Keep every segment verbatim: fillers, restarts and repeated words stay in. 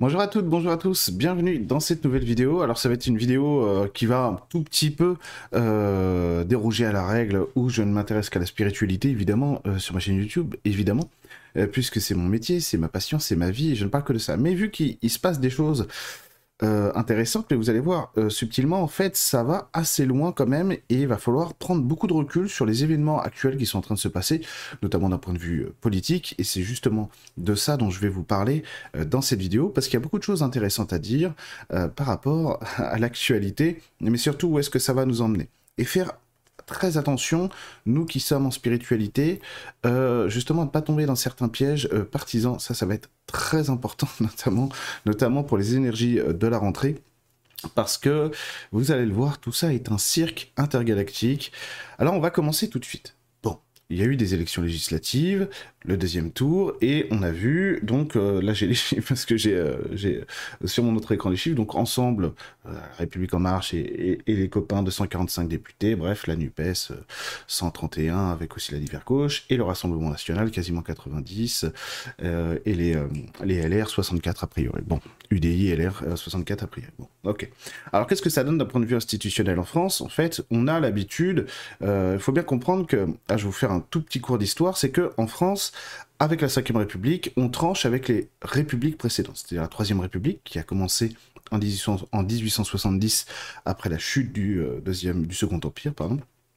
Bonjour à toutes, bonjour à tous, bienvenue dans cette nouvelle vidéo. Alors ça va être une vidéo euh, qui va un tout petit peu euh, déroger à la règle où je ne m'intéresse qu'à la spiritualité évidemment euh, sur ma chaîne YouTube, évidemment, euh, puisque c'est mon métier, c'est ma passion, c'est ma vie et je ne parle que de ça. Mais vu qu'il il se passe des choses euh, intéressantes, mais vous allez voir, euh, subtilement en fait ça va assez loin quand même et il va falloir prendre beaucoup de recul sur les événements actuels qui sont en train de se passer, notamment d'un point de vue euh, politique, et c'est justement de ça dont je vais vous parler euh, dans cette vidéo, parce qu'il y a beaucoup de choses intéressantes à dire euh, par rapport à l'actualité, mais surtout où est-ce que ça va nous emmener. Et faire très attention, nous qui sommes en spiritualité, euh, justement, de ne pas tomber dans certains pièges euh, partisans, ça, ça va être très important, notamment, notamment pour les énergies euh, de la rentrée, parce que, vous allez le voir, tout ça est un cirque intergalactique. Alors, on va commencer tout de suite. Bon, il y a eu des élections législatives, le deuxième tour, et on a vu, donc, euh, là j'ai les chiffres, parce que j'ai euh, j'ai sur mon autre écran les chiffres, donc ensemble, euh, République En Marche et, et, et les copains, deux cent quarante-cinq députés, bref, la NUPES, euh, cent trente et un, avec aussi la Divers Gauche, et le Rassemblement National, quasiment quatre-vingt-dix, euh, et les, euh, les L R, soixante-quatre a priori. Bon, U D I, L R, euh, soixante-quatre a priori. Bon, ok. Alors qu'est-ce que ça donne d'un point de vue institutionnel en France? En fait, on a l'habitude, il euh, faut bien comprendre que, ah, je vais vous faire un tout petit cours d'histoire, c'est que en France, avec la cinquième République, on tranche avec les républiques précédentes, c'est-à-dire la troisième République qui a commencé en dix-huit cent soixante-dix après la chute du, euh, deuxième, du Second Empire, pardon.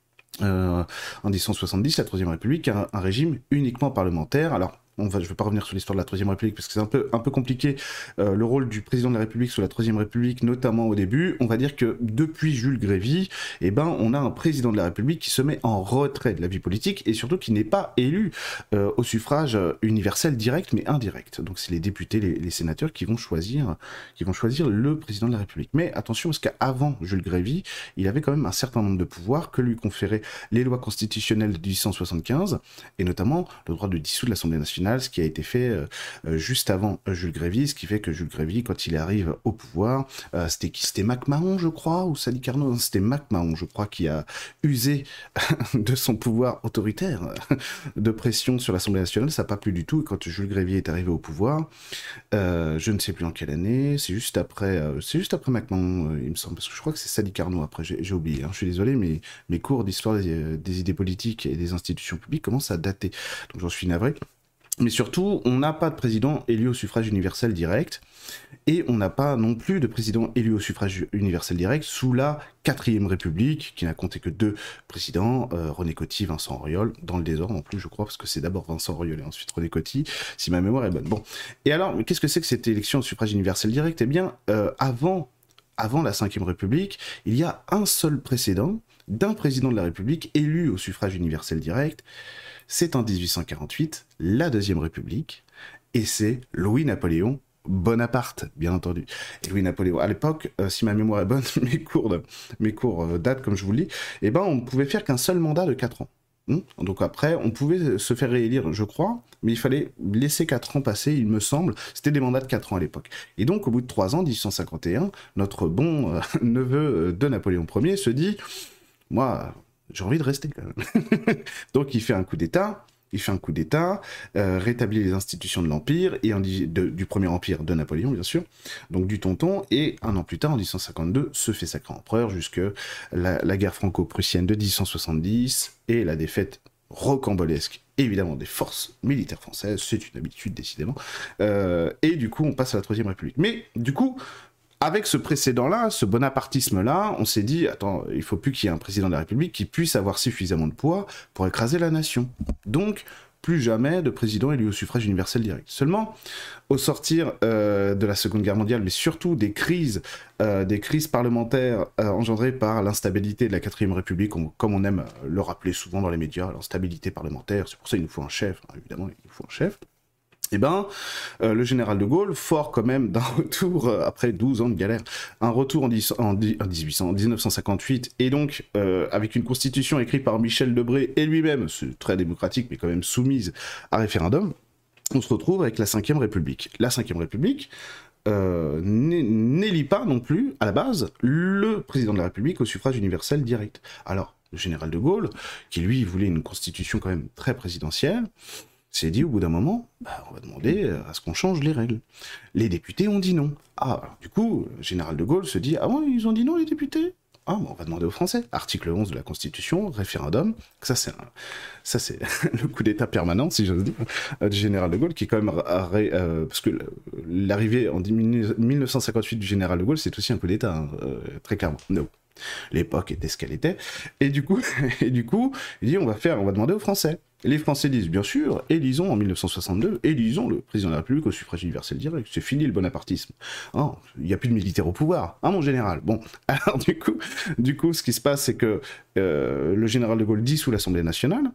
Euh, en dix-huit cent soixante-dix, la troisième République a un, un régime uniquement parlementaire. Alors, on va, je ne vais pas revenir sur l'histoire de la troisième République parce que c'est un peu, un peu compliqué. Euh, le rôle du président de la République sous la troisième République, notamment au début, on va dire que depuis Jules Grévy, eh ben, on a un président de la République qui se met en retrait de la vie politique et surtout qui n'est pas élu euh, au suffrage universel direct mais indirect. Donc c'est les députés, les, les sénateurs qui vont choisir, qui vont choisir le président de la République. Mais attention parce qu'avant Jules Grévy, il avait quand même un certain nombre de pouvoirs que lui conféraient les lois constitutionnelles de dix-huit cent soixante-quinze et notamment le droit de dissoudre l'Assemblée nationale, ce qui a été fait euh, juste avant euh, Jules Grévy, ce qui fait que Jules Grévy, quand il arrive au pouvoir, euh, c'était qui? C'était MacMahon, je crois, ou Sadi Carnot? C'était MacMahon, je crois, qui a usé de son pouvoir autoritaire de pression sur l'Assemblée nationale. Ça n'a pas plu du tout. Et quand Jules Grévy est arrivé au pouvoir, euh, je ne sais plus en quelle année, c'est juste après, euh, c'est juste après MacMahon, euh, il me semble, parce que je crois que c'est Sadi Carnot. Après, j'ai oublié. Hein, je suis désolé, mais mes cours d'histoire des, des idées politiques et des institutions publiques commencent à dater. Donc j'en suis navré. Mais surtout, on n'a pas de président élu au suffrage universel direct, et on n'a pas non plus de président élu au suffrage universel direct sous la quatrième République, qui n'a compté que deux présidents, euh, René Coty, Vincent Auriol, dans le désordre en plus, je crois, parce que c'est d'abord Vincent Auriol et ensuite René Coty, si ma mémoire est bonne. Bon, et alors, qu'est-ce que c'est que cette élection au suffrage universel direct? Eh bien, euh, avant, avant la cinquième République, il y a un seul précédent d'un président de la République élu au suffrage universel direct. C'est en dix-huit cent quarante-huit, la Deuxième République, et c'est Louis-Napoléon Bonaparte, bien entendu. Et Louis-Napoléon, à l'époque, euh, si ma mémoire est bonne, mes cours, de, mes cours euh, datent, comme je vous le dis, eh ben, on ne pouvait faire qu'un seul mandat de quatre ans. Hum Donc après, on pouvait se faire réélire, je crois, mais il fallait laisser quatre ans passer, il me semble. C'était des mandats de quatre ans à l'époque. Et donc, au bout de trois ans, dix-huit cent cinquante et un, notre bon euh, neveu de Napoléon Ier se dit, moi... j'ai envie de rester quand même. Donc il fait un coup d'État, il fait un coup d'État, euh, rétablit les institutions de l'Empire, et en, de, du premier Empire de Napoléon bien sûr, donc du tonton, et un an plus tard, en dix-huit cent cinquante-deux, se fait sacré empereur jusque la, la guerre franco-prussienne de dix-huit cent soixante-dix, et la défaite rocambolesque, évidemment, des forces militaires françaises, c'est une habitude décidément, euh, et du coup on passe à la Troisième République. Mais du coup, avec ce précédent-là, ce bonapartisme-là, on s'est dit, attends, il faut plus qu'il y ait un président de la République qui puisse avoir suffisamment de poids pour écraser la nation. Donc, plus jamais de président élu au suffrage universel direct. Seulement, au sortir euh, de la Seconde Guerre mondiale, mais surtout des crises, euh, des crises parlementaires euh, engendrées par l'instabilité de la quatrième République, on, comme on aime le rappeler souvent dans les médias, l'instabilité parlementaire, c'est pour ça qu'il nous faut un chef, hein, évidemment, il nous faut un chef. Eh ben, euh, le général de Gaulle, fort quand même d'un retour, euh, après douze ans de galère, un retour en, dix, en, dix-huit cents, en dix-neuf cent cinquante-huit, et donc euh, avec une constitution écrite par Michel Debré et lui-même, c'est très démocratique mais quand même soumise à référendum, on se retrouve avec la cinquième République. La cinquième République euh, n'élit pas non plus, à la base, le président de la République au suffrage universel direct. Alors, le général de Gaulle, qui lui voulait une constitution quand même très présidentielle, s'est dit au bout d'un moment, bah, on va demander à ce qu'on change les règles. Les députés ont dit non. Ah, alors, du coup, le général de Gaulle se dit, ah bon, ils ont dit non les députés? Ah, bon, on va demander aux Français. Article onze de la Constitution, référendum. Ça, c'est, un... ça, c'est le coup d'État permanent, si j'ose dire, du général de Gaulle, qui est quand même... Arrêt, euh, parce que l'arrivée en mille neuf cent cinquante-huit du général de Gaulle, c'est aussi un coup d'État, hein, euh, très clairement. No. L'époque était ce qu'elle était. Et du coup, et du coup, il dit, on va faire, on va demander aux Français. Les Français disent, bien sûr, élisons en mille neuf cent soixante-deux, élisons le président de la République au suffrage universel direct. C'est fini le bonapartisme. Oh, il n'y a plus de militaires au pouvoir, hein, mon général. Bon, alors du coup, du coup, ce qui se passe, c'est que euh, le général de Gaulle dissout l'Assemblée nationale.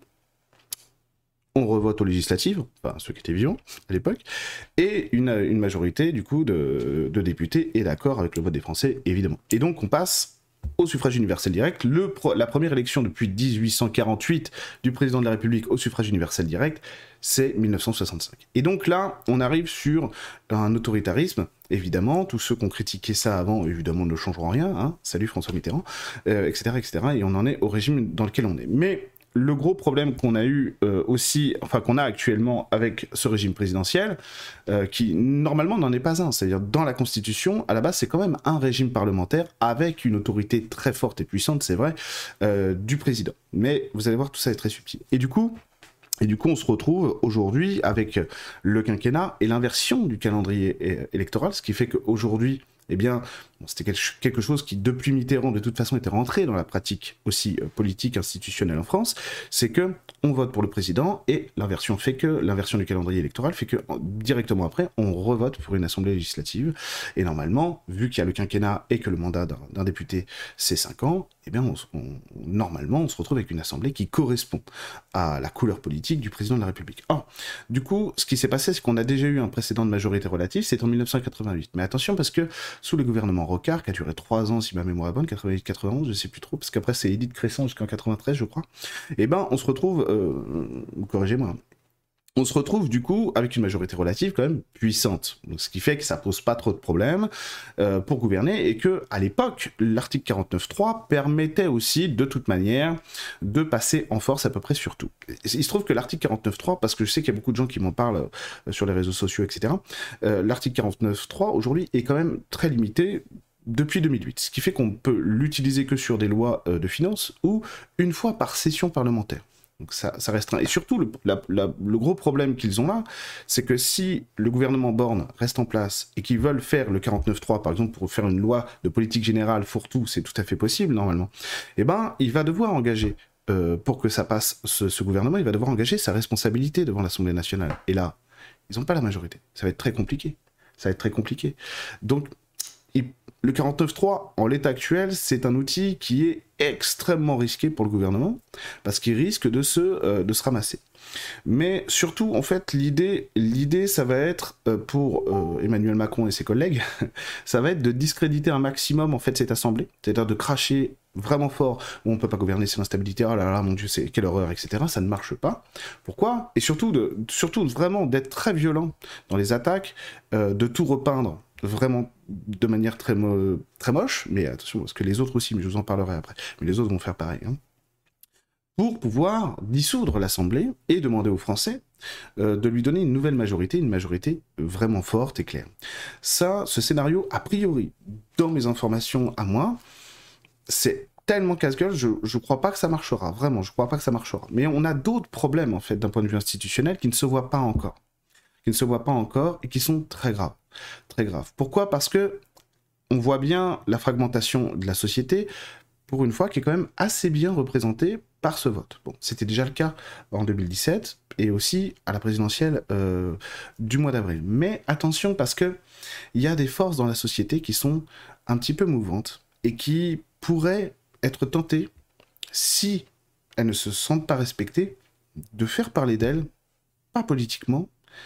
On revote aux législatives, enfin ceux qui étaient vivants à l'époque, et une, une majorité du coup de, de députés est d'accord avec le vote des Français, évidemment. Et donc on passe au suffrage universel direct, le, la première élection depuis dix-huit cent quarante-huit du président de la République au suffrage universel direct, c'est mille neuf cent soixante-cinq. Et donc là, on arrive sur un autoritarisme, évidemment, tous ceux qui ont critiqué ça avant, évidemment, ne changeront rien, hein, salut François Mitterrand, euh, et cetera, et cetera, et on en est au régime dans lequel on est. Mais le gros problème qu'on a eu euh, aussi, enfin qu'on a actuellement avec ce régime présidentiel, euh, qui normalement n'en est pas un, c'est-à-dire dans la Constitution, à la base c'est quand même un régime parlementaire avec une autorité très forte et puissante, c'est vrai, euh, du président. Mais vous allez voir, tout ça est très subtil. Et du coup, Et du coup, on se retrouve aujourd'hui avec le quinquennat et l'inversion du calendrier électoral, ce qui fait qu'aujourd'hui, eh bien, bon, c'était quelque chose qui, depuis Mitterrand, de toute façon, était rentré dans la pratique aussi euh, politique, institutionnelle en France, c'est que on vote pour le président et l'inversion fait que, l'inversion du calendrier électoral fait que, directement après, on revote pour une assemblée législative. Et normalement, vu qu'il y a le quinquennat et que le mandat d'un, d'un député, c'est cinq ans, eh bien, on, on, normalement, on se retrouve avec une assemblée qui correspond à la couleur politique du président de la République. Or, du coup, ce qui s'est passé, c'est qu'on a déjà eu un précédent de majorité relative, c'est en mille neuf cent quatre-vingt-huit. Mais attention, parce que sous le gouvernement Rocard, qui a duré trois ans, si ma mémoire est bonne, quatre-vingt-huit quatre-vingt-onze, je sais plus trop, parce qu'après c'est Édith Cresson jusqu'en quatre-vingt-treize, je crois, et ben, on se retrouve, euh, corrigez-moi, on se retrouve du coup avec une majorité relative quand même puissante, donc, ce qui fait que ça pose pas trop de problèmes euh, pour gouverner, et que à l'époque l'article quarante-neuf trois permettait aussi de toute manière de passer en force à peu près sur tout. Il se trouve que l'article quarante-neuf trois, parce que je sais qu'il y a beaucoup de gens qui m'en parlent euh, sur les réseaux sociaux, et cetera, euh, l'article quarante-neuf trois aujourd'hui est quand même très limité depuis deux mille huit, ce qui fait qu'on peut l'utiliser que sur des lois euh, de finances ou une fois par session parlementaire. Donc ça, ça restreint. Et surtout, le, la, la, le gros problème qu'ils ont là, c'est que si le gouvernement Borne reste en place et qu'ils veulent faire le quarante-neuf trois, par exemple, pour faire une loi de politique générale fourre-tout, c'est tout à fait possible, normalement, eh ben, il va devoir engager, euh, pour que ça passe, ce, ce gouvernement, il va devoir engager sa responsabilité devant l'Assemblée nationale. Et là, ils n'ont pas la majorité. Ça va être très compliqué. Ça va être très compliqué. Donc, il, le quarante-neuf trois, en l'état actuel, c'est un outil qui est extrêmement risqué pour le gouvernement, parce qu'il risque de se, euh, de se ramasser. Mais surtout, en fait, l'idée, l'idée ça va être, euh, pour euh, Emmanuel Macron et ses collègues, ça va être de discréditer un maximum, en fait, cette assemblée, c'est-à-dire de cracher vraiment fort, on ne peut pas gouverner, c'est l'instabilité, oh là là, mon Dieu, c'est quelle horreur, et cetera. Ça ne marche pas. Pourquoi ? Et surtout, de, surtout, vraiment, d'être très violent dans les attaques, euh, de tout repeindre, vraiment de manière très, mo- très moche, mais attention, parce que les autres aussi, mais je vous en parlerai après, mais les autres vont faire pareil, hein, pour pouvoir dissoudre l'Assemblée et demander aux Français euh, de lui donner une nouvelle majorité, une majorité vraiment forte et claire. Ça, ce scénario, a priori, dans mes informations à moi, c'est tellement casse-gueule, je ne crois pas que ça marchera, vraiment, je crois pas que ça marchera. Mais on a d'autres problèmes, en fait, d'un point de vue institutionnel, qui ne se voient pas encore. qui ne se voient pas encore et qui sont très graves. Très graves. Pourquoi ? Parce que on voit bien la fragmentation de la société, pour une fois, qui est quand même assez bien représentée par ce vote. Bon, c'était déjà le cas en deux mille dix-sept et aussi à la présidentielle euh, du mois d'avril. Mais attention, parce que il y a des forces dans la société qui sont un petit peu mouvantes et qui pourraient être tentées, si elles ne se sentent pas respectées, de faire parler d'elles, pas politiquement,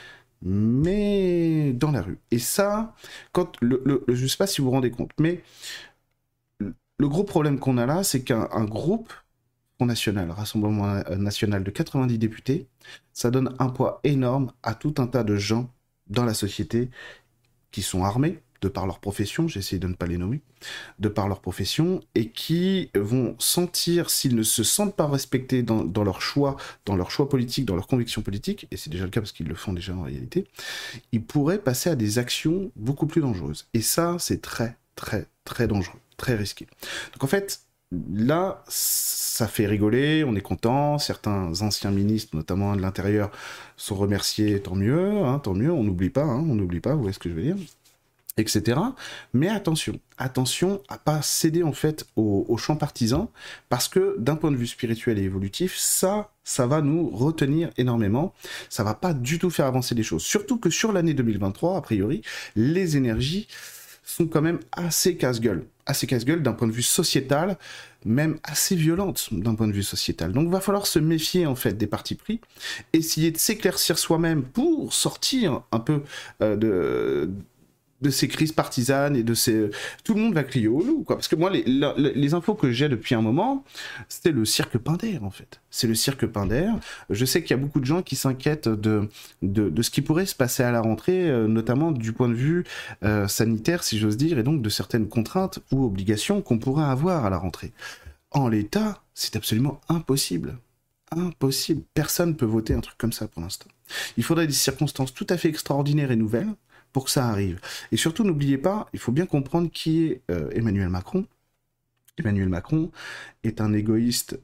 mais dans la rue. Et ça, quand le, le, je ne sais pas si vous vous rendez compte, mais le gros problème qu'on a là, c'est qu'un un groupe Front National, Rassemblement National de quatre-vingt-dix députés, ça donne un poids énorme à tout un tas de gens dans la société qui sont armés, de par leur profession, j'ai essayé de ne pas les nommer, de par leur profession, et qui vont sentir, s'ils ne se sentent pas respectés dans, dans leur choix, dans leur choix politique, dans leurs convictions politiques, et c'est déjà le cas parce qu'ils le font déjà en réalité, ils pourraient passer à des actions beaucoup plus dangereuses. Et ça, c'est très, très, très dangereux, très risqué. Donc en fait, là, ça fait rigoler, on est content, certains anciens ministres, notamment de l'Intérieur, sont remerciés, tant mieux, hein, tant mieux, on n'oublie pas, hein, on n'oublie pas, vous voyez ce que je veux dire, et cetera. Mais attention, attention à pas céder en fait au, au champ partisan, parce que d'un point de vue spirituel et évolutif, ça, ça va nous retenir énormément, ça va pas du tout faire avancer les choses. Surtout que sur l'année deux mille vingt-trois, a priori, les énergies sont quand même assez casse-gueule, assez casse-gueule d'un point de vue sociétal, même assez violentes d'un point de vue sociétal. Donc il va falloir se méfier en fait des partis pris, essayer de s'éclaircir soi-même pour sortir un peu euh, de... de ces crises partisanes et de ces... Tout le monde va crier au loup, quoi. Parce que moi, les, les, les infos que j'ai depuis un moment, c'était le cirque Pinder, en fait. C'est le cirque Pinder. Je sais qu'il y a beaucoup de gens qui s'inquiètent de, de, de ce qui pourrait se passer à la rentrée, euh, notamment du point de vue euh, sanitaire, si j'ose dire, et donc de certaines contraintes ou obligations qu'on pourrait avoir à la rentrée. En l'état, c'est absolument impossible. Impossible. Personne ne peut voter un truc comme ça pour l'instant. Il faudrait des circonstances tout à fait extraordinaires et nouvelles pour que ça arrive. Et surtout, n'oubliez pas, il faut bien comprendre qui est euh, Emmanuel Macron. Emmanuel Macron est un égoïste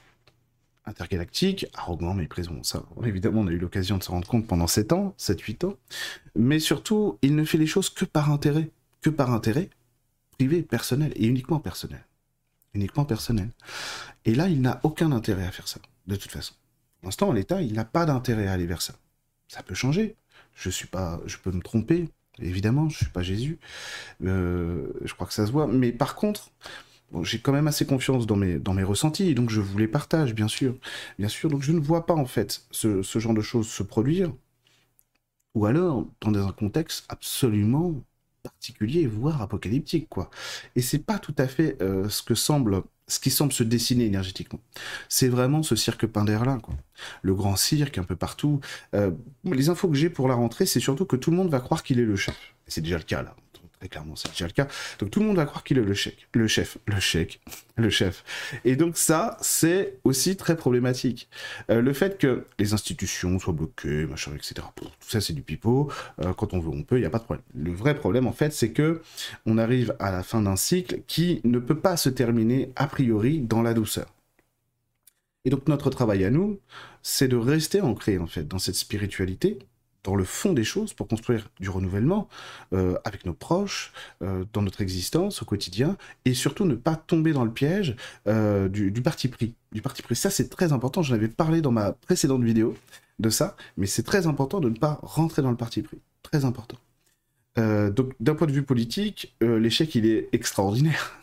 intergalactique, arrogant, méprisant. Ça, évidemment, on a eu l'occasion de se rendre compte pendant sept ans, sept huit ans. Mais surtout, il ne fait les choses que par intérêt. Que par intérêt privé, personnel, et uniquement personnel. Uniquement personnel. Et là, il n'a aucun intérêt à faire ça, de toute façon. Pour l'instant, en l'état, il n'a pas d'intérêt à aller vers ça. Ça peut changer. Je suis pas, je peux me tromper, évidemment, je suis pas Jésus, euh, je crois que ça se voit, mais par contre, bon, j'ai quand même assez confiance dans mes, dans mes ressentis, donc je vous les partage, bien sûr, bien sûr, donc je ne vois pas en fait ce, ce genre de choses se produire, ou alors dans un contexte absolument particulier, voire apocalyptique, quoi. Et c'est pas tout à fait euh, ce que semble, ce qui semble se dessiner énergétiquement. C'est vraiment ce cirque Pinder-là, quoi. Le grand cirque, un peu partout. Euh, les infos que j'ai pour la rentrée, c'est surtout que tout le monde va croire qu'il est le chef. Et c'est déjà le cas, là. Très clairement, c'est déjà le cas. Donc tout le monde va croire qu'il est le chef. Le chef. Le chef. Le chef. Et donc ça, c'est aussi très problématique. Euh, le fait que les institutions soient bloquées, machin, et cetera. Tout ça, c'est du pipeau. Euh, quand on veut, on peut, il n'y a pas de problème. Le vrai problème, en fait, c'est que on arrive à la fin d'un cycle qui ne peut pas se terminer, a priori, dans la douceur. Et donc notre travail à nous, c'est de rester ancré, en fait, dans cette spiritualité, dans le fond des choses, pour construire du renouvellement euh, avec nos proches, euh, dans notre existence au quotidien, et surtout ne pas tomber dans le piège euh, du, du parti pris. Du parti pris. Ça, c'est très important. J'en avais parlé dans ma précédente vidéo de ça, mais c'est très important de ne pas rentrer dans le parti pris. Très important. Euh, donc, d'un point de vue politique, euh, l'échec, il est extraordinaire.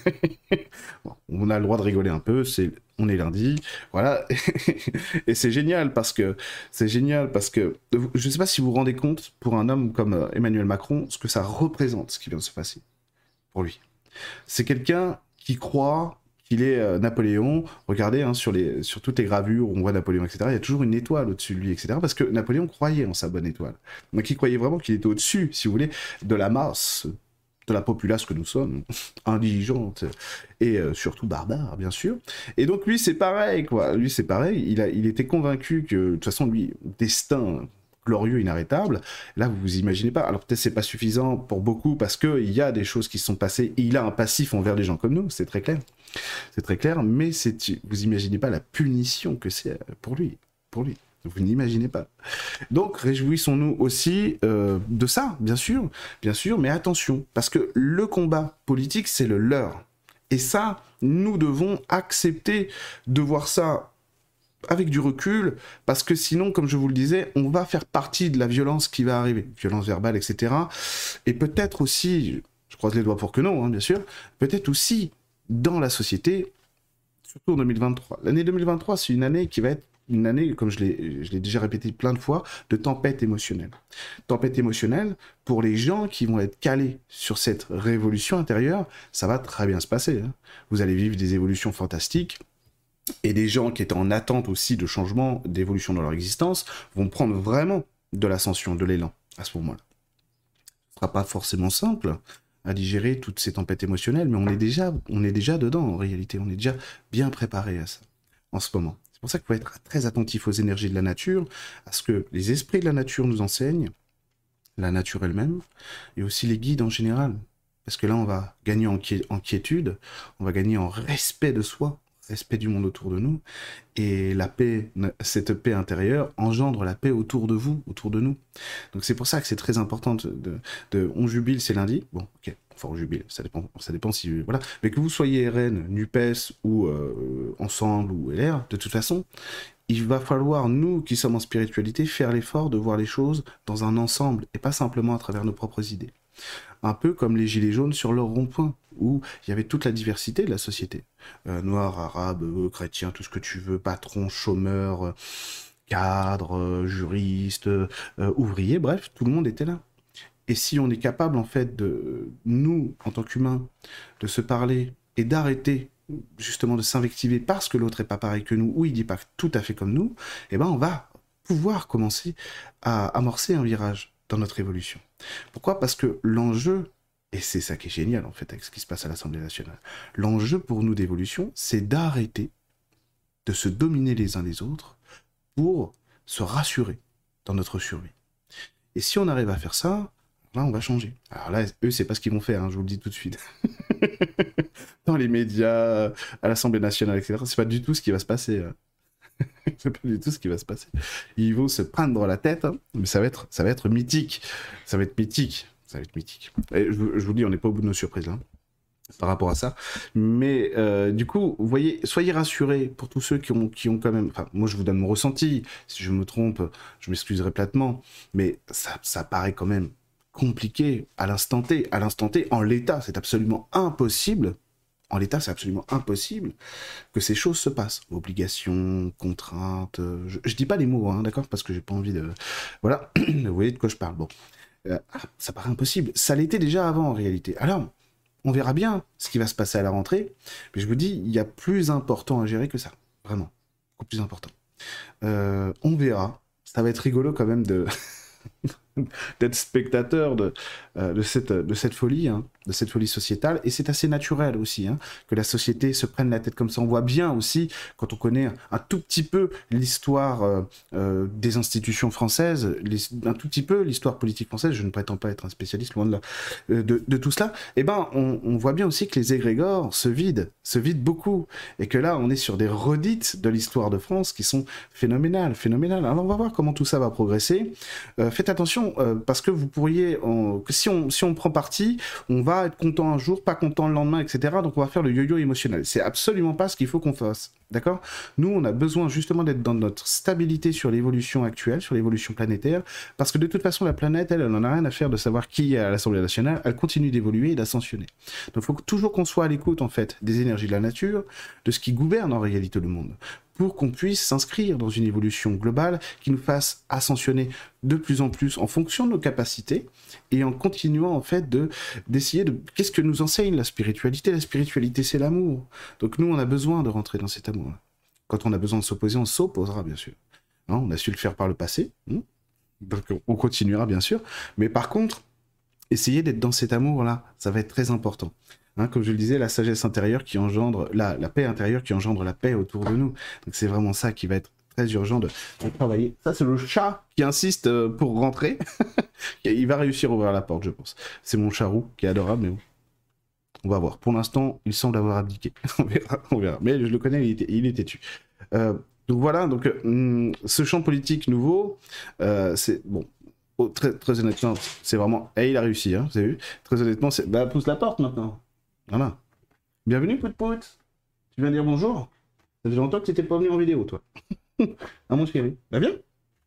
Bon, on a le droit de rigoler un peu, c'est, on est lundi, voilà. Et c'est génial parce que, c'est génial parce que, je ne sais pas si vous vous rendez compte, pour un homme comme Emmanuel Macron, ce que ça représente, ce qui vient de se passer, pour lui. C'est quelqu'un qui croit qu'il est euh, Napoléon. Regardez, hein, sur, les, sur toutes les gravures où on voit Napoléon, et cetera, il y a toujours une étoile au-dessus de lui, et cetera, parce que Napoléon croyait en sa bonne étoile. Donc il croyait vraiment qu'il était au-dessus, si vous voulez, de la masse, de la populace que nous sommes, indigente et euh, surtout barbare, bien sûr. Et donc lui, c'est pareil, quoi. Lui, c'est pareil. Il, a, il était convaincu que, de toute façon, lui, destin glorieux, inarrêtable. Là, vous vous imaginez pas. Alors peut-être c'est pas suffisant pour beaucoup parce que il y a des choses qui se sont passées. Et il a un passif envers des gens comme nous, c'est très clair. C'est très clair, mais c'est, vous imaginez pas la punition que c'est pour lui, pour lui. Vous n'imaginez pas. Donc, réjouissons-nous aussi euh, de ça, bien sûr, bien sûr, mais attention, parce que le combat politique, c'est le leur. Et ça, nous devons accepter de voir ça avec du recul, parce que sinon, comme je vous le disais, on va faire partie de la violence qui va arriver, violence verbale, et cetera. Et peut-être aussi, je croise les doigts pour que non, hein, bien sûr, peut-être aussi dans la société, surtout en deux mille vingt-trois. L'année deux mille vingt-trois, c'est une année qui va être une année, comme je l'ai, je l'ai déjà répété plein de fois, de tempête émotionnelle. Tempête émotionnelle, pour les gens qui vont être calés sur cette révolution intérieure, ça va très bien se passer. Hein. Vous allez vivre des évolutions fantastiques, et des gens qui étaient en attente aussi de changement, d'évolution dans leur existence, vont prendre vraiment de l'ascension, de l'élan, à ce moment-là. sera pas forcément simple à digérer toutes ces tempêtes émotionnelles, mais on est déjà, on est déjà dedans en réalité, on est déjà bien préparé à ça en ce moment. C'est pour ça qu'il faut être très attentif aux énergies de la nature, à ce que les esprits de la nature nous enseignent, la nature elle-même, et aussi les guides en général. Parce que là, on va gagner en, qui en quiétude, on va gagner en respect de soi, respect du monde autour de nous, et la paix, cette paix intérieure engendre la paix autour de vous, autour de nous. Donc c'est pour ça que c'est très important de, de, de on jubile, c'est lundi, bon, ok, enfin on jubile, ça dépend, ça dépend si, voilà, mais que vous soyez R N, NUPES ou euh, Ensemble ou L R, de toute façon, il va falloir, nous qui sommes en spiritualité, faire l'effort de voir les choses dans un ensemble, et pas simplement à travers nos propres idées. Un peu comme les gilets jaunes sur leur rond-point, où il y avait toute la diversité de la société. Euh, noirs, arabes, euh, chrétiens, tout ce que tu veux, patrons, chômeurs, euh, cadres, euh, juristes, euh, ouvriers, bref, tout le monde était là. Et si on est capable, en fait, de nous, en tant qu'humains, de se parler et d'arrêter justement de s'invectiver parce que l'autre est pas pareil que nous, ou il dit pas tout à fait comme nous, eh ben on va pouvoir commencer à amorcer un virage dans notre évolution. Pourquoi? Parce que l'enjeu, et c'est ça qui est génial en fait avec ce qui se passe à l'Assemblée nationale, l'enjeu pour nous d'évolution, c'est d'arrêter de se dominer les uns les autres pour se rassurer dans notre survie. Et si on arrive à faire ça, là on va changer. Alors là, eux, c'est pas ce qu'ils vont faire, hein, je vous le dis tout de suite. Dans les médias, à l'Assemblée nationale, et cetera, c'est pas du tout ce qui va se passer. Hein. C'est pas du tout ce qui va se passer. Ils vont se prendre la tête, hein, mais ça va être, ça va être mythique. Ça va être mythique. Ça va être mythique. Et je, je vous dis, on n'est pas au bout de nos surprises là, par rapport à ça. Mais euh, du coup, vous voyez, soyez rassurés pour tous ceux qui ont, qui ont quand même. Enfin, moi, je vous donne mon ressenti. Si je me trompe, je m'excuserai platement. Mais ça, ça paraît quand même compliqué à l'instant T. À l'instant T, en l'état, c'est absolument impossible. En l'état, c'est absolument impossible que ces choses se passent. Obligations, contraintes, je, je dis pas les mots, hein, d'accord, parce que j'ai pas envie de... Voilà, vous voyez de quoi je parle, bon. Euh, ça paraît impossible. Ça l'était déjà avant, en réalité. Alors, on verra bien ce qui va se passer à la rentrée, mais je vous dis, il y a plus important à gérer que ça. Vraiment, beaucoup plus important. Euh, on verra. Ça va être rigolo quand même de... d'être spectateur de, euh, de, cette, de cette folie, hein, de cette folie sociétale, et c'est assez naturel aussi, hein, que la société se prenne la tête comme ça. On voit bien aussi, quand on connaît un tout petit peu l'histoire euh, euh, des institutions françaises, les, un tout petit peu l'histoire politique française, je ne prétends pas être un spécialiste, loin de là, euh, de, de tout cela, eh ben, on, on voit bien aussi que les égrégores se vident, se vident beaucoup, et que là, on est sur des redites de l'histoire de France qui sont phénoménales, phénoménales. Alors, on va voir comment tout ça va progresser. Euh, faites attention, euh, parce que vous pourriez, euh, si, on, si on prend parti, on va être content un jour, pas content le lendemain, et cetera. Donc on va faire le yo-yo émotionnel. C'est absolument pas ce qu'il faut qu'on fasse, d'accord? Nous, on a besoin justement d'être dans notre stabilité sur l'évolution actuelle, sur l'évolution planétaire, parce que de toute façon, la planète, elle, elle en a rien à faire de savoir qui est à l'Assemblée nationale, elle continue d'évoluer et d'ascensionner. Donc il faut toujours qu'on soit à l'écoute, en fait, des énergies de la nature, de ce qui gouverne en réalité le monde, pour qu'on puisse s'inscrire dans une évolution globale qui nous fasse ascensionner de plus en plus en fonction de nos capacités et en continuant en fait de d'essayer de qu'est-ce que nous enseigne la spiritualité. La spiritualité, c'est l'amour. Donc nous, on a besoin de rentrer dans cet amour. Quand on a besoin de s'opposer, on s'opposera bien sûr. Hein, on a su le faire par le passé, hein, donc on continuera bien sûr. Mais par contre, essayez d'être dans cet amour-là, ça va être très important. Hein, comme je le disais, la sagesse intérieure qui engendre, la, la paix intérieure qui engendre la paix autour de nous. Donc c'est vraiment ça qui va être très urgent de, de travailler. Ça, c'est le chat qui insiste euh, pour rentrer. Il va réussir à ouvrir la porte, je pense. C'est mon chat roux qui est adorable, mais bon. On va voir. Pour l'instant, il semble avoir abdiqué. on verra, on verra. Mais je le connais, il était, il est têtu. Euh, donc voilà, donc, euh, ce champ politique nouveau, euh, c'est... Bon, oh, très, très honnêtement, c'est vraiment... Et il a réussi, hein, vous avez vu? Très honnêtement, c'est... Bah, pousse la porte maintenant. Voilà. Bienvenue, Pout Pout. Tu viens dire bonjour? Ça fait longtemps que tu n'étais pas venu en vidéo, toi. Ah, mon chéri. Bah, viens.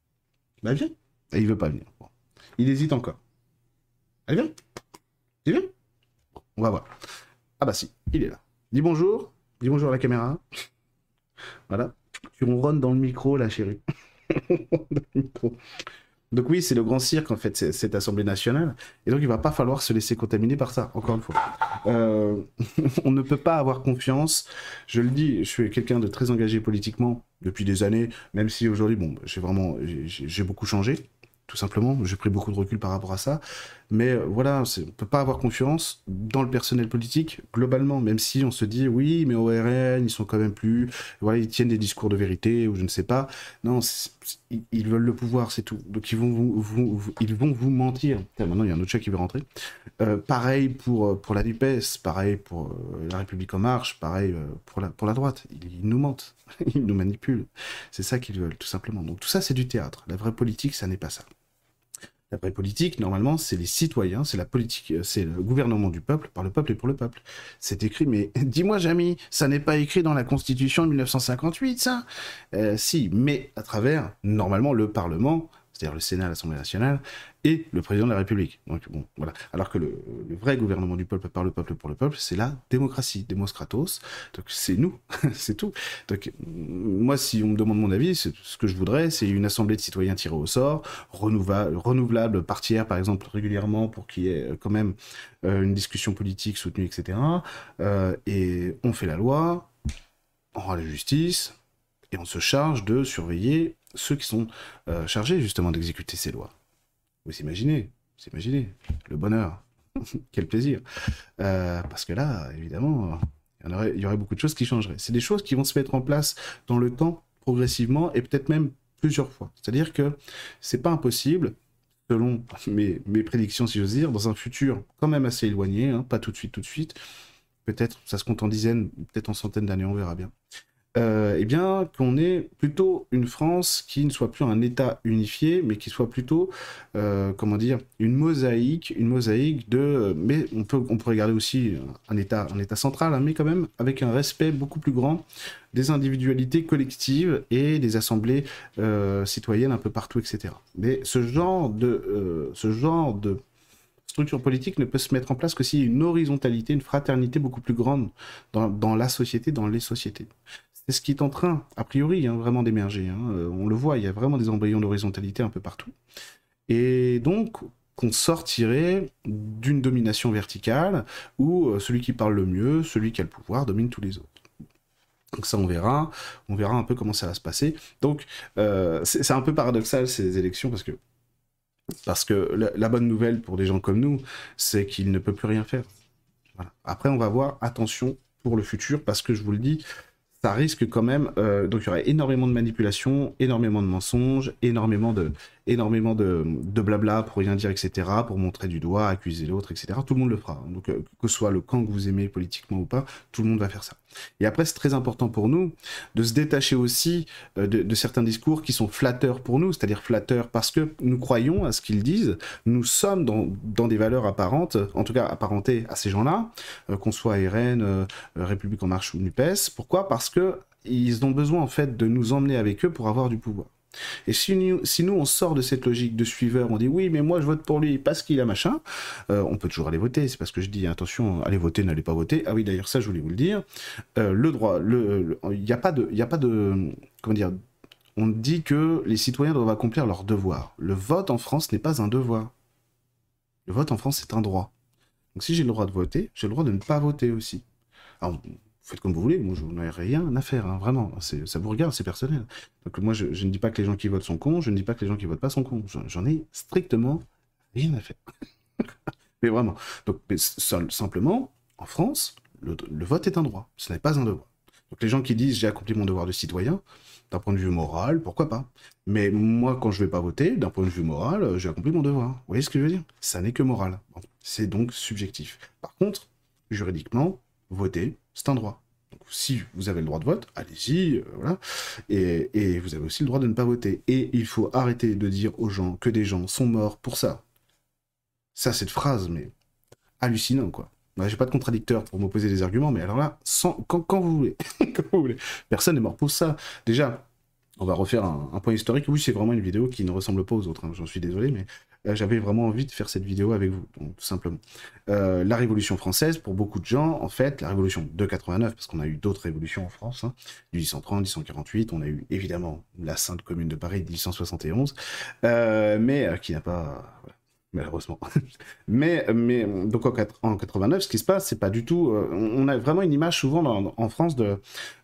Bah, viens. Et il veut pas venir. Bon. Il hésite encore. Allez, viens. Tu viens? Bon, on va voir. Ah, bah, si. Il est là. Dis bonjour. Dis bonjour à la caméra. Voilà. Tu ronronnes dans le micro, là, chérie. Dans le micro. Donc oui, c'est le grand cirque, en fait, cette Assemblée nationale. Et donc, il va pas falloir se laisser contaminer par ça, encore une fois. Euh, on ne peut pas avoir confiance. Je le dis, je suis quelqu'un de très engagé politiquement depuis des années, même si aujourd'hui, bon, j'ai vraiment, j'ai beaucoup changé, tout simplement. J'ai pris beaucoup de recul par rapport à ça. Mais euh, voilà, on ne peut pas avoir confiance dans le personnel politique, globalement, même si on se dit, oui, mais au R N, ils sont quand même plus... Voilà, ils tiennent des discours de vérité, ou je ne sais pas. Non, ils veulent le pouvoir, c'est tout. Donc ils vont vous, vous, vous, ils vont vous mentir. Tiens, maintenant, il y a un autre chat qui veut rentrer. Euh, pareil pour, pour la NUPES, pareil pour euh, La République En Marche, pareil euh, pour, la, pour la droite. Ils, ils nous mentent, ils nous manipulent. C'est ça qu'ils veulent, tout simplement. Donc tout ça, c'est du théâtre. La vraie politique, ça n'est pas ça. La vraie politique, normalement, c'est les citoyens, c'est la politique, c'est le gouvernement du peuple, par le peuple et pour le peuple. C'est écrit, mais dis-moi, Jamy, ça n'est pas écrit dans la Constitution de mille neuf cent cinquante-huit, ça euh, Si, mais à travers, normalement, le Parlement, c'est-à-dire le Sénat, l'Assemblée nationale, et le président de la République. Donc bon, voilà. Alors que le, le vrai gouvernement du peuple, par le peuple, pour le peuple, c'est la démocratie, Demos Kratos. Donc c'est nous, c'est tout. Donc moi, si on me demande mon avis, ce que je voudrais, c'est une assemblée de citoyens tirés au sort, renouvelable, renouvelable par tiers, par exemple, régulièrement, pour qu'il y ait quand même euh, une discussion politique soutenue, et cetera. Euh, et on fait la loi, on rend la justice, et on se charge de surveiller ceux qui sont euh, chargés justement d'exécuter ces lois. Vous imaginez, vous imaginez, le bonheur, quel plaisir. Euh, parce que là, évidemment, il y, en aurait, il y aurait beaucoup de choses qui changeraient. C'est des choses qui vont se mettre en place dans le temps, progressivement, et peut-être même plusieurs fois. C'est-à-dire que c'est pas impossible, selon mes, mes prédictions, si j'ose dire, dans un futur quand même assez éloigné, hein, pas tout de suite, tout de suite, peut-être, ça se compte en dizaines, peut-être en centaines d'années, on verra bien. Euh, eh bien, qu'on ait plutôt une France qui ne soit plus un État unifié, mais qui soit plutôt, euh, comment dire, une mosaïque, une mosaïque de... Mais on peut, on peut regarder aussi un État, un État central, hein, mais quand même avec un respect beaucoup plus grand des individualités collectives et des assemblées euh, citoyennes un peu partout, et cetera. Mais ce genre de, euh, ce genre de structure politique ne peut se mettre en place que s'il y a une horizontalité, une fraternité beaucoup plus grande dans, dans la société, dans les sociétés. C'est ce qui est en train, a priori, hein, vraiment d'émerger. Hein. Euh, on le voit, il y a vraiment des embryons d'horizontalité un peu partout. Et donc, qu'on sortirait d'une domination verticale où euh, celui qui parle le mieux, celui qui a le pouvoir, domine tous les autres. Donc ça, on verra. On verra un peu comment ça va se passer. Donc, euh, c'est un peu paradoxal, ces élections, parce que, parce que la, la bonne nouvelle pour des gens comme nous, c'est qu'il ne peut plus rien faire. Voilà. Après, on va voir, attention pour le futur, parce que je vous le dis, ça risque quand même, euh, donc il y aurait énormément de manipulations, énormément de mensonges, énormément de, énormément de, de blabla pour rien dire, et cetera, pour montrer du doigt, accuser l'autre, et cetera. Tout le monde le fera. Donc euh, que ce soit le camp que vous aimez politiquement ou pas, tout le monde va faire ça. Et après, c'est très important pour nous de se détacher aussi euh, de, de certains discours qui sont flatteurs pour nous, c'est-à-dire flatteurs parce que nous croyons à ce qu'ils disent, nous sommes dans, dans des valeurs apparentes, en tout cas apparentées à ces gens-là, euh, qu'on soit R N, euh, République En Marche ou NUPES. Pourquoi ? Parce que ils ont besoin en fait de nous emmener avec eux pour avoir du pouvoir. Et si nous, si nous on sort de cette logique de suiveur, on dit oui mais moi je vote pour lui parce qu'il a machin, euh, on peut toujours aller voter, c'est parce que je dis attention, allez voter, n'allez pas voter. Ah oui d'ailleurs ça je voulais vous le dire, euh, le droit, le, il n'y a pas de, il y a pas de, comment dire, on dit que les citoyens doivent accomplir leur devoir. Le vote en France n'est pas un devoir. Le vote en France c'est un droit. Donc si j'ai le droit de voter, j'ai le droit de ne pas voter aussi. Alors, faites comme vous voulez, moi je n'ai rien à faire, hein, vraiment, ça vous regarde, c'est personnel. Donc moi je, je ne dis pas que les gens qui votent sont cons, je ne dis pas que les gens qui votent pas sont cons, j'en ai strictement rien à faire. Mais vraiment, donc mais simplement, en France, le, le vote est un droit, ce n'est pas un devoir. Donc les gens qui disent j'ai accompli mon devoir de citoyen, d'un point de vue moral, pourquoi pas. Mais moi quand je vais pas voter, d'un point de vue moral, j'ai accompli mon devoir. Vous voyez ce que je veux dire? Ça n'est que moral. Bon, c'est donc subjectif. Par contre, juridiquement, voter, c'est un droit. Donc, si vous avez le droit de vote, allez-y, euh, voilà. Et, et vous avez aussi le droit de ne pas voter. Et il faut arrêter de dire aux gens que des gens sont morts pour ça. Ça, cette phrase, mais hallucinant, quoi. Moi, j'ai pas de contradicteur pour m'opposer des arguments, mais alors là, sans, quand, quand vous voulez. Quand vous voulez. Personne n'est mort pour ça. Déjà, on va refaire un, un point historique. Oui, c'est vraiment une vidéo qui ne ressemble pas aux autres, hein. J'en suis désolé, mais euh, j'avais vraiment envie de faire cette vidéo avec vous, donc, tout simplement. Euh, la Révolution française, pour beaucoup de gens, en fait, la Révolution de quatre-vingt-neuf, parce qu'on a eu d'autres révolutions en France, hein, dix-huit cent trente, dix-huit cent quarante-huit, on a eu évidemment la Sainte Commune de Paris, dix-huit cent soixante et onze, euh, mais euh, qui n'a pas... Voilà. malheureusement. mais, mais donc en, en quatre-vingt-neuf, ce qui se passe, c'est pas du tout. Euh, on a vraiment une image souvent dans, en France de,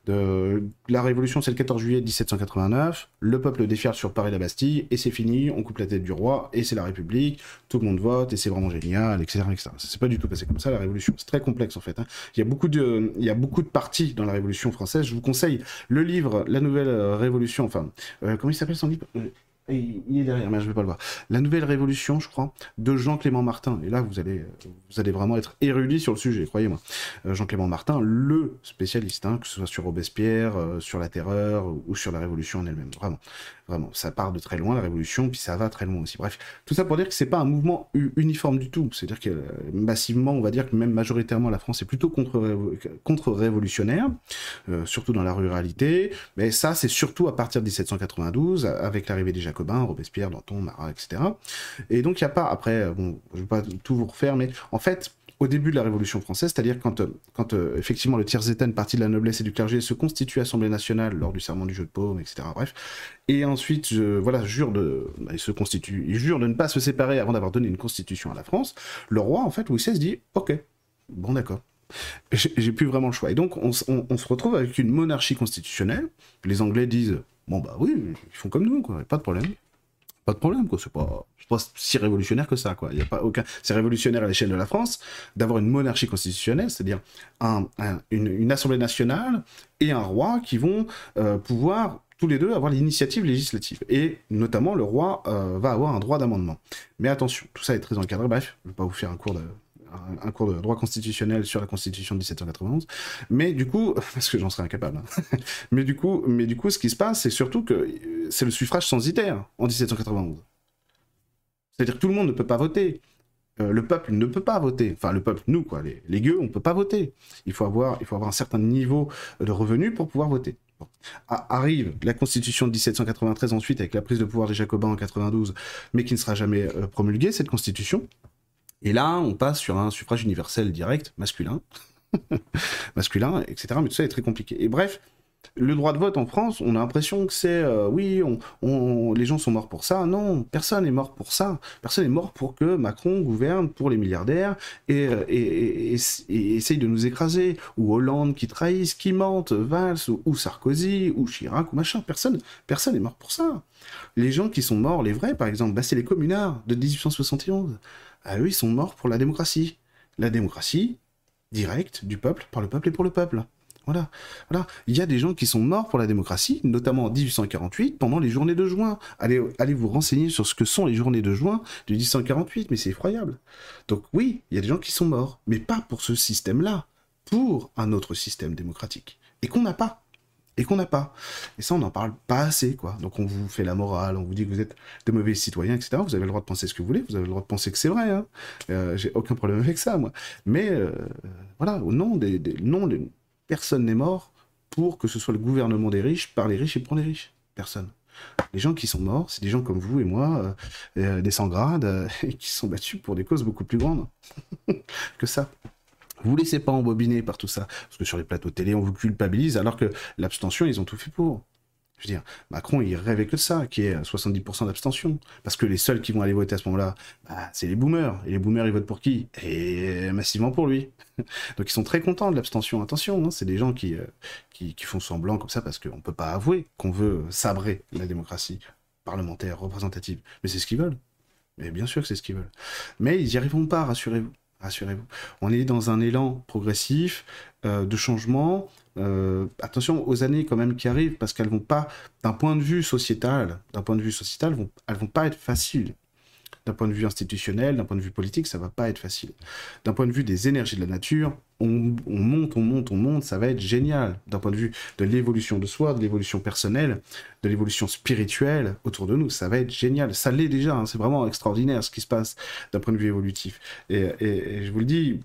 de la Révolution, c'est le quatorze juillet mille sept cent quatre-vingt-neuf. Le peuple déferle sur Paris et la Bastille et c'est fini. On coupe la tête du roi et c'est la République. Tout le monde vote et c'est vraiment génial, et cetera, et cetera. C'est pas du tout passé comme ça la Révolution. C'est très complexe en fait. Hein. Il y a beaucoup de, il y a beaucoup de parties dans la Révolution française. Je vous conseille le livre La Nouvelle Révolution. Enfin, euh, comment il s'appelle son livre? Il est derrière, mais je ne vais pas le voir. La Nouvelle Révolution, je crois, de Jean-Clément Martin. Et là, vous allez, vous allez vraiment être érudit sur le sujet, croyez-moi. Euh, Jean-Clément Martin, le spécialiste, hein, que ce soit sur Robespierre, euh, sur la Terreur ou sur la Révolution en elle-même. Vraiment, vraiment, ça part de très loin, la Révolution, puis ça va très loin aussi. Bref, tout ça pour dire que c'est pas un mouvement uniforme du tout. C'est-à-dire que euh, massivement, on va dire que même majoritairement, la France est plutôt contre-révolutionnaire, euh, surtout dans la ruralité. Mais ça, c'est surtout à partir de mille sept cent quatre-vingt-douze, avec l'arrivée des Jacobins, Robespierre, Danton, Marat, et cetera. Et donc il n'y a pas, après, bon, je ne vais pas tout vous refaire, mais en fait, au début de la Révolution française, c'est-à-dire quand, quand euh, effectivement le tiers-état, une partie de la noblesse et du clergé se constitue à l'Assemblée nationale lors du serment du jeu de paume, et cetera. Bref, et ensuite, je, voilà, jure de, bah, il se constitue, il jure de ne pas se séparer avant d'avoir donné une constitution à la France. Le roi, en fait, Louis seize dit, ok, bon d'accord. J'ai plus vraiment le choix. Et donc, on, on, on se retrouve avec une monarchie constitutionnelle. Les Anglais disent, bon bah oui, ils font comme nous, quoi, pas de problème. Pas de problème, quoi, c'est pas, pas si révolutionnaire que ça, quoi. Il y a pas aucun... C'est révolutionnaire à l'échelle de la France d'avoir une monarchie constitutionnelle, c'est-à-dire un, un, une, une assemblée nationale et un roi qui vont euh, pouvoir tous les deux avoir l'initiative législative. Et notamment, le roi euh, va avoir un droit d'amendement. Mais attention, tout ça est très encadré. Bref, je ne vais pas vous faire un cours de... Un, un cours de droit constitutionnel sur la Constitution de mille sept cent quatre-vingt-onze, mais du coup, parce que j'en serais incapable, hein. mais, du coup, mais du coup, ce qui se passe, c'est surtout que c'est le suffrage censitaire en mille sept cent quatre-vingt-onze. C'est-à-dire que tout le monde ne peut pas voter. Euh, le peuple ne peut pas voter. Enfin, le peuple, nous, quoi, les, les gueux, on ne peut pas voter. Il faut, avoir, il faut avoir un certain niveau de revenus pour pouvoir voter. Bon. Arrive la Constitution de mille sept cent quatre-vingt-treize ensuite, avec la prise de pouvoir des Jacobins en quatre-vingt-douze, mais qui ne sera jamais euh, promulguée, cette Constitution. Et là, on passe sur un suffrage universel direct, masculin, masculin, et cetera. Mais tout ça est très compliqué. Et bref, le droit de vote en France, on a l'impression que c'est, euh, oui, on, on, les gens sont morts pour ça. Non, personne n'est mort pour ça. Personne n'est mort pour que Macron gouverne pour les milliardaires et, et, et, et, et essaye de nous écraser. Ou Hollande qui trahisse, qui mente, Valls, ou, ou Sarkozy, ou Chirac, ou machin. Personne, personne n'est mort pour ça. Les gens qui sont morts, les vrais, par exemple, bah, c'est les communards de dix-huit cent soixante et onze. Ah, eux, ils sont morts pour la démocratie. La démocratie directe du peuple, par le peuple et pour le peuple. Voilà, voilà. Il y a des gens qui sont morts pour la démocratie, notamment en dix-huit cent quarante-huit, pendant les journées de juin. Allez, allez vous renseigner sur ce que sont les journées de juin de dix-huit cent quarante-huit, mais c'est effroyable. Donc oui, il y a des gens qui sont morts, mais pas pour ce système-là, pour un autre système démocratique, et qu'on n'a pas. Et qu'on n'a pas. Et ça, on n'en parle pas assez, quoi. Donc on vous fait la morale, on vous dit que vous êtes de mauvais citoyens, et cetera. Vous avez le droit de penser ce que vous voulez, vous avez le droit de penser que c'est vrai, hein. Euh, j'ai aucun problème avec ça, moi. Mais, euh, voilà, au nom des... des non, des... personne n'est mort pour que ce soit le gouvernement des riches, par les riches et pour les riches. Personne. Les gens qui sont morts, c'est des gens comme vous et moi, euh, euh, des sans-grades, euh, et qui sont battus pour des causes beaucoup plus grandes que ça. Vous laissez pas embobiner par tout ça, parce que sur les plateaux de télé, on vous culpabilise, alors que l'abstention, ils ont tout fait pour. Je veux dire, Macron, il rêvait que de ça, qui est soixante-dix pour cent d'abstention. Parce que les seuls qui vont aller voter à ce moment-là, bah, c'est les boomers. Et les boomers, ils votent pour qui? Et massivement pour lui. Donc ils sont très contents de l'abstention. Attention, hein, c'est des gens qui, euh, qui, qui font semblant comme ça, parce qu'on ne peut pas avouer qu'on veut sabrer la démocratie parlementaire, représentative. Mais c'est ce qu'ils veulent. Mais bien sûr que c'est ce qu'ils veulent. Mais ils n'y arriveront pas, rassurez-vous. Rassurez-vous. On est dans un élan progressif euh, de changement. Euh, attention aux années quand même qui arrivent, parce qu'elles vont pas, d'un point de vue sociétal, d'un point de vue sociétal, vont, elles vont pas être faciles. D'un point de vue institutionnel, d'un point de vue politique, ça va pas être facile. D'un point de vue des énergies de la nature, on, on monte, on monte, on monte, ça va être génial. D'un point de vue de l'évolution de soi, de l'évolution personnelle, de l'évolution spirituelle autour de nous, ça va être génial. Ça l'est déjà, hein, c'est vraiment extraordinaire ce qui se passe d'un point de vue évolutif. Et, et, et je vous le dis,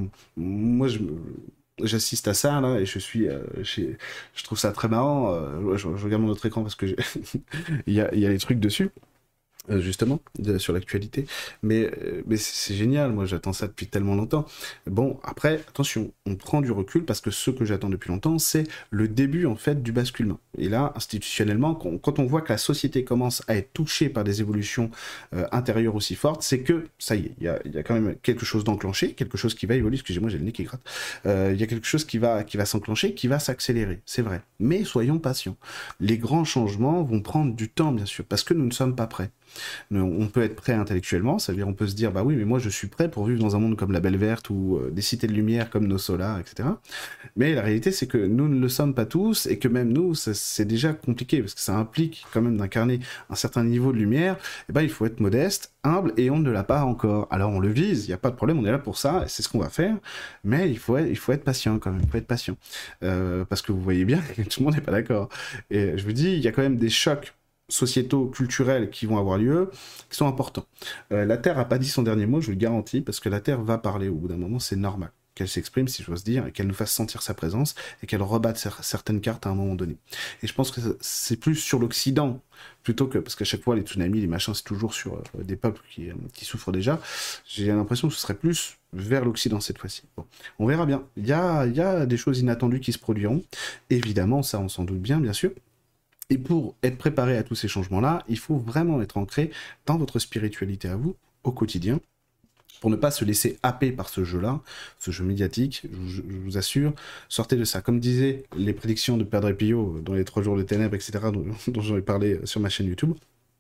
moi je... j'assiste à ça là et je suis euh, je, je trouve ça très marrant, euh, je, je regarde mon autre écran parce que il y a, y a les trucs dessus euh, justement, de- sur l'actualité. Mais, euh, mais c'est c'est génial, moi j'attends ça depuis tellement longtemps. Bon, après, attention, on prend du recul parce que ce que j'attends depuis longtemps, c'est le début en fait du basculement. Et là, institutionnellement, quand, quand on voit que la société commence à être touchée par des évolutions euh, intérieures aussi fortes, c'est que ça y est, il y a, il y a quand même quelque chose d'enclenché, quelque chose qui va évoluer. Excusez-moi, j'ai le nez qui gratte. Euh, Il y a quelque chose qui va, qui va s'enclencher, qui va s'accélérer, c'est vrai. Mais soyons patients. Les grands changements vont prendre du temps, bien sûr, parce que nous ne sommes pas prêts. On peut être prêt intellectuellement, ça veut dire on peut se dire bah oui mais moi je suis prêt pour vivre dans un monde comme la Belle Verte ou euh, des cités de lumière comme nos Solas, et cetera. Mais la réalité c'est que nous ne le sommes pas tous et que même nous c'est déjà compliqué parce que ça implique quand même d'incarner un certain niveau de lumière. Et ben il faut être modeste, humble et on ne l'a pas encore. Alors on le vise, il n'y a pas de problème, on est là pour ça, c'est ce qu'on va faire. Mais il faut être, il faut être patient quand même, il faut être patient euh, parce que vous voyez bien que tout le monde n'est pas d'accord. Et je vous dis il y a quand même des chocs sociétaux, culturels qui vont avoir lieu, qui sont importants. Euh, la Terre n'a pas dit son dernier mot, je vous le garantis, parce que la Terre va parler au bout d'un moment, c'est normal qu'elle s'exprime, si j'ose dire, et qu'elle nous fasse sentir sa présence, et qu'elle rebatte cer- certaines cartes à un moment donné. Et je pense que c'est plus sur l'Occident, plutôt que, parce qu'à chaque fois, les tsunamis, les machins, c'est toujours sur euh, des peuples qui, euh, qui souffrent déjà, j'ai l'impression que ce serait plus vers l'Occident cette fois-ci. Bon, on verra bien. Il y a, il y a des choses inattendues qui se produiront, évidemment, ça on s'en doute bien, bien sûr. Et pour être préparé à tous ces changements-là, il faut vraiment être ancré dans votre spiritualité à vous, au quotidien, pour ne pas se laisser happer par ce jeu-là, ce jeu médiatique, je, je vous assure, sortez de ça. Comme disaient les prédictions de Padre Pio dans les trois jours de ténèbres, et cetera, dont, dont j'en ai parlé sur ma chaîne YouTube,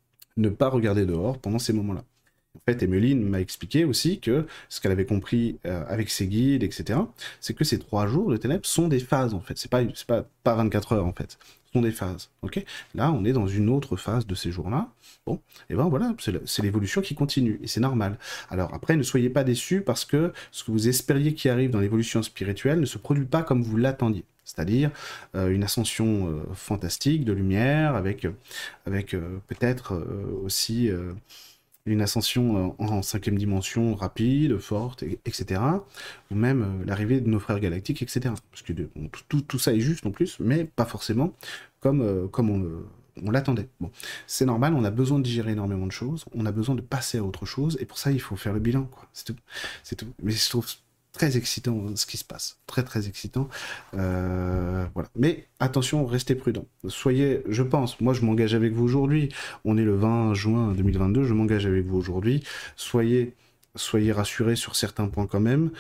ne pas regarder dehors pendant ces moments-là. En fait, Emmeline m'a expliqué aussi que ce qu'elle avait compris euh, avec ses guides, et cetera, c'est que ces trois jours de ténèbres sont des phases, en fait. C'est pas, c'est pas, pas vingt-quatre heures, en fait. Ce sont des phases, ok. Là, on est dans une autre phase de ces jours-là. Bon, et ben voilà, c'est l'évolution qui continue, et c'est normal. Alors après, ne soyez pas déçus parce que ce que vous espériez qui arrive dans l'évolution spirituelle ne se produit pas comme vous l'attendiez. C'est-à-dire euh, une ascension euh, fantastique de lumière, avec, avec euh, peut-être euh, aussi... Euh, une ascension en, en cinquième dimension rapide, forte, et, etc. Ou même euh, l'arrivée de nos frères galactiques, et cetera. Parce que bon, tout, tout, tout ça est juste en plus, mais pas forcément comme, euh, comme on, euh, on l'attendait. Bon, c'est normal, on a besoin de digérer énormément de choses, on a besoin de passer à autre chose, et pour ça, il faut faire le bilan, quoi. C'est tout. C'est tout. Mais je trouve très excitant ce qui se passe. Très, très excitant. Euh, voilà. Mais attention, restez prudents. Soyez, je pense, moi je m'engage avec vous aujourd'hui. On est le vingt juin deux mille vingt-deux, je m'engage avec vous aujourd'hui. Soyez, soyez rassurés sur certains points quand même.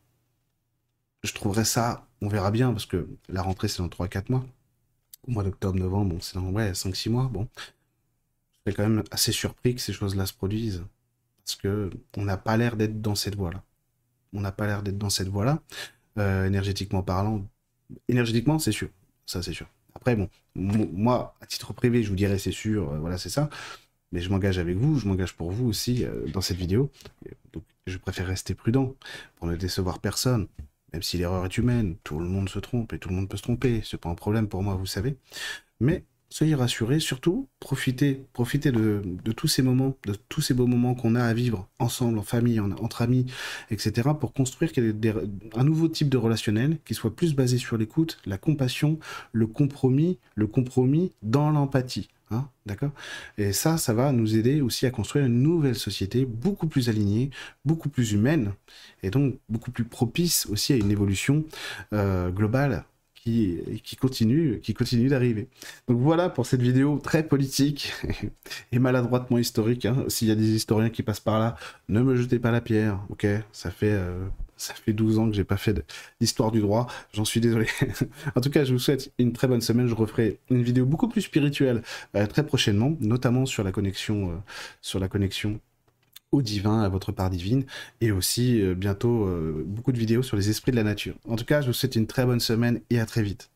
Je trouverais ça, on verra bien, parce que la rentrée c'est dans trois quatre mois. Au mois d'octobre, novembre, bon, c'est dans ouais, cinq six mois. Bon, je serais quand même assez surpris que ces choses-là se produisent. Parce que on n'a pas l'air d'être dans cette voie-là. On n'a pas l'air d'être dans cette voie-là. Euh, énergétiquement parlant, énergétiquement, c'est sûr. Ça, c'est sûr. Après, bon, moi, à titre privé, je vous dirais c'est sûr, euh, voilà, c'est ça. Mais je m'engage avec vous, je m'engage pour vous aussi euh, dans cette vidéo. Donc, je préfère rester prudent pour ne décevoir personne. Même si l'erreur est humaine, tout le monde se trompe et tout le monde peut se tromper. C'est pas un problème pour moi, vous savez. Mais soyez rassurés, surtout, profitez, profitez de, de tous ces moments, de tous ces beaux moments qu'on a à vivre ensemble, en famille, en, entre amis, et cetera, pour construire des, des, un nouveau type de relationnel qui soit plus basé sur l'écoute, la compassion, le compromis, le compromis dans l'empathie. Hein, d'accord? Et ça, ça va nous aider aussi à construire une nouvelle société beaucoup plus alignée, beaucoup plus humaine, et donc beaucoup plus propice aussi à une évolution euh, globale qui, qui continue, qui continue d'arriver. Donc voilà pour cette vidéo très politique et maladroitement historique. Hein. S'il y a des historiens qui passent par là, ne me jetez pas la pierre, ok? Ça fait, euh, ça fait douze ans que j'ai pas fait d'histoire du droit, j'en suis désolé. En tout cas, je vous souhaite une très bonne semaine. Je referai une vidéo beaucoup plus spirituelle euh, très prochainement, notamment sur la connexion, euh, sur la connexion au divin, à votre part divine, et aussi euh, bientôt euh, beaucoup de vidéos sur les esprits de la nature. En tout cas, je vous souhaite une très bonne semaine et à très vite.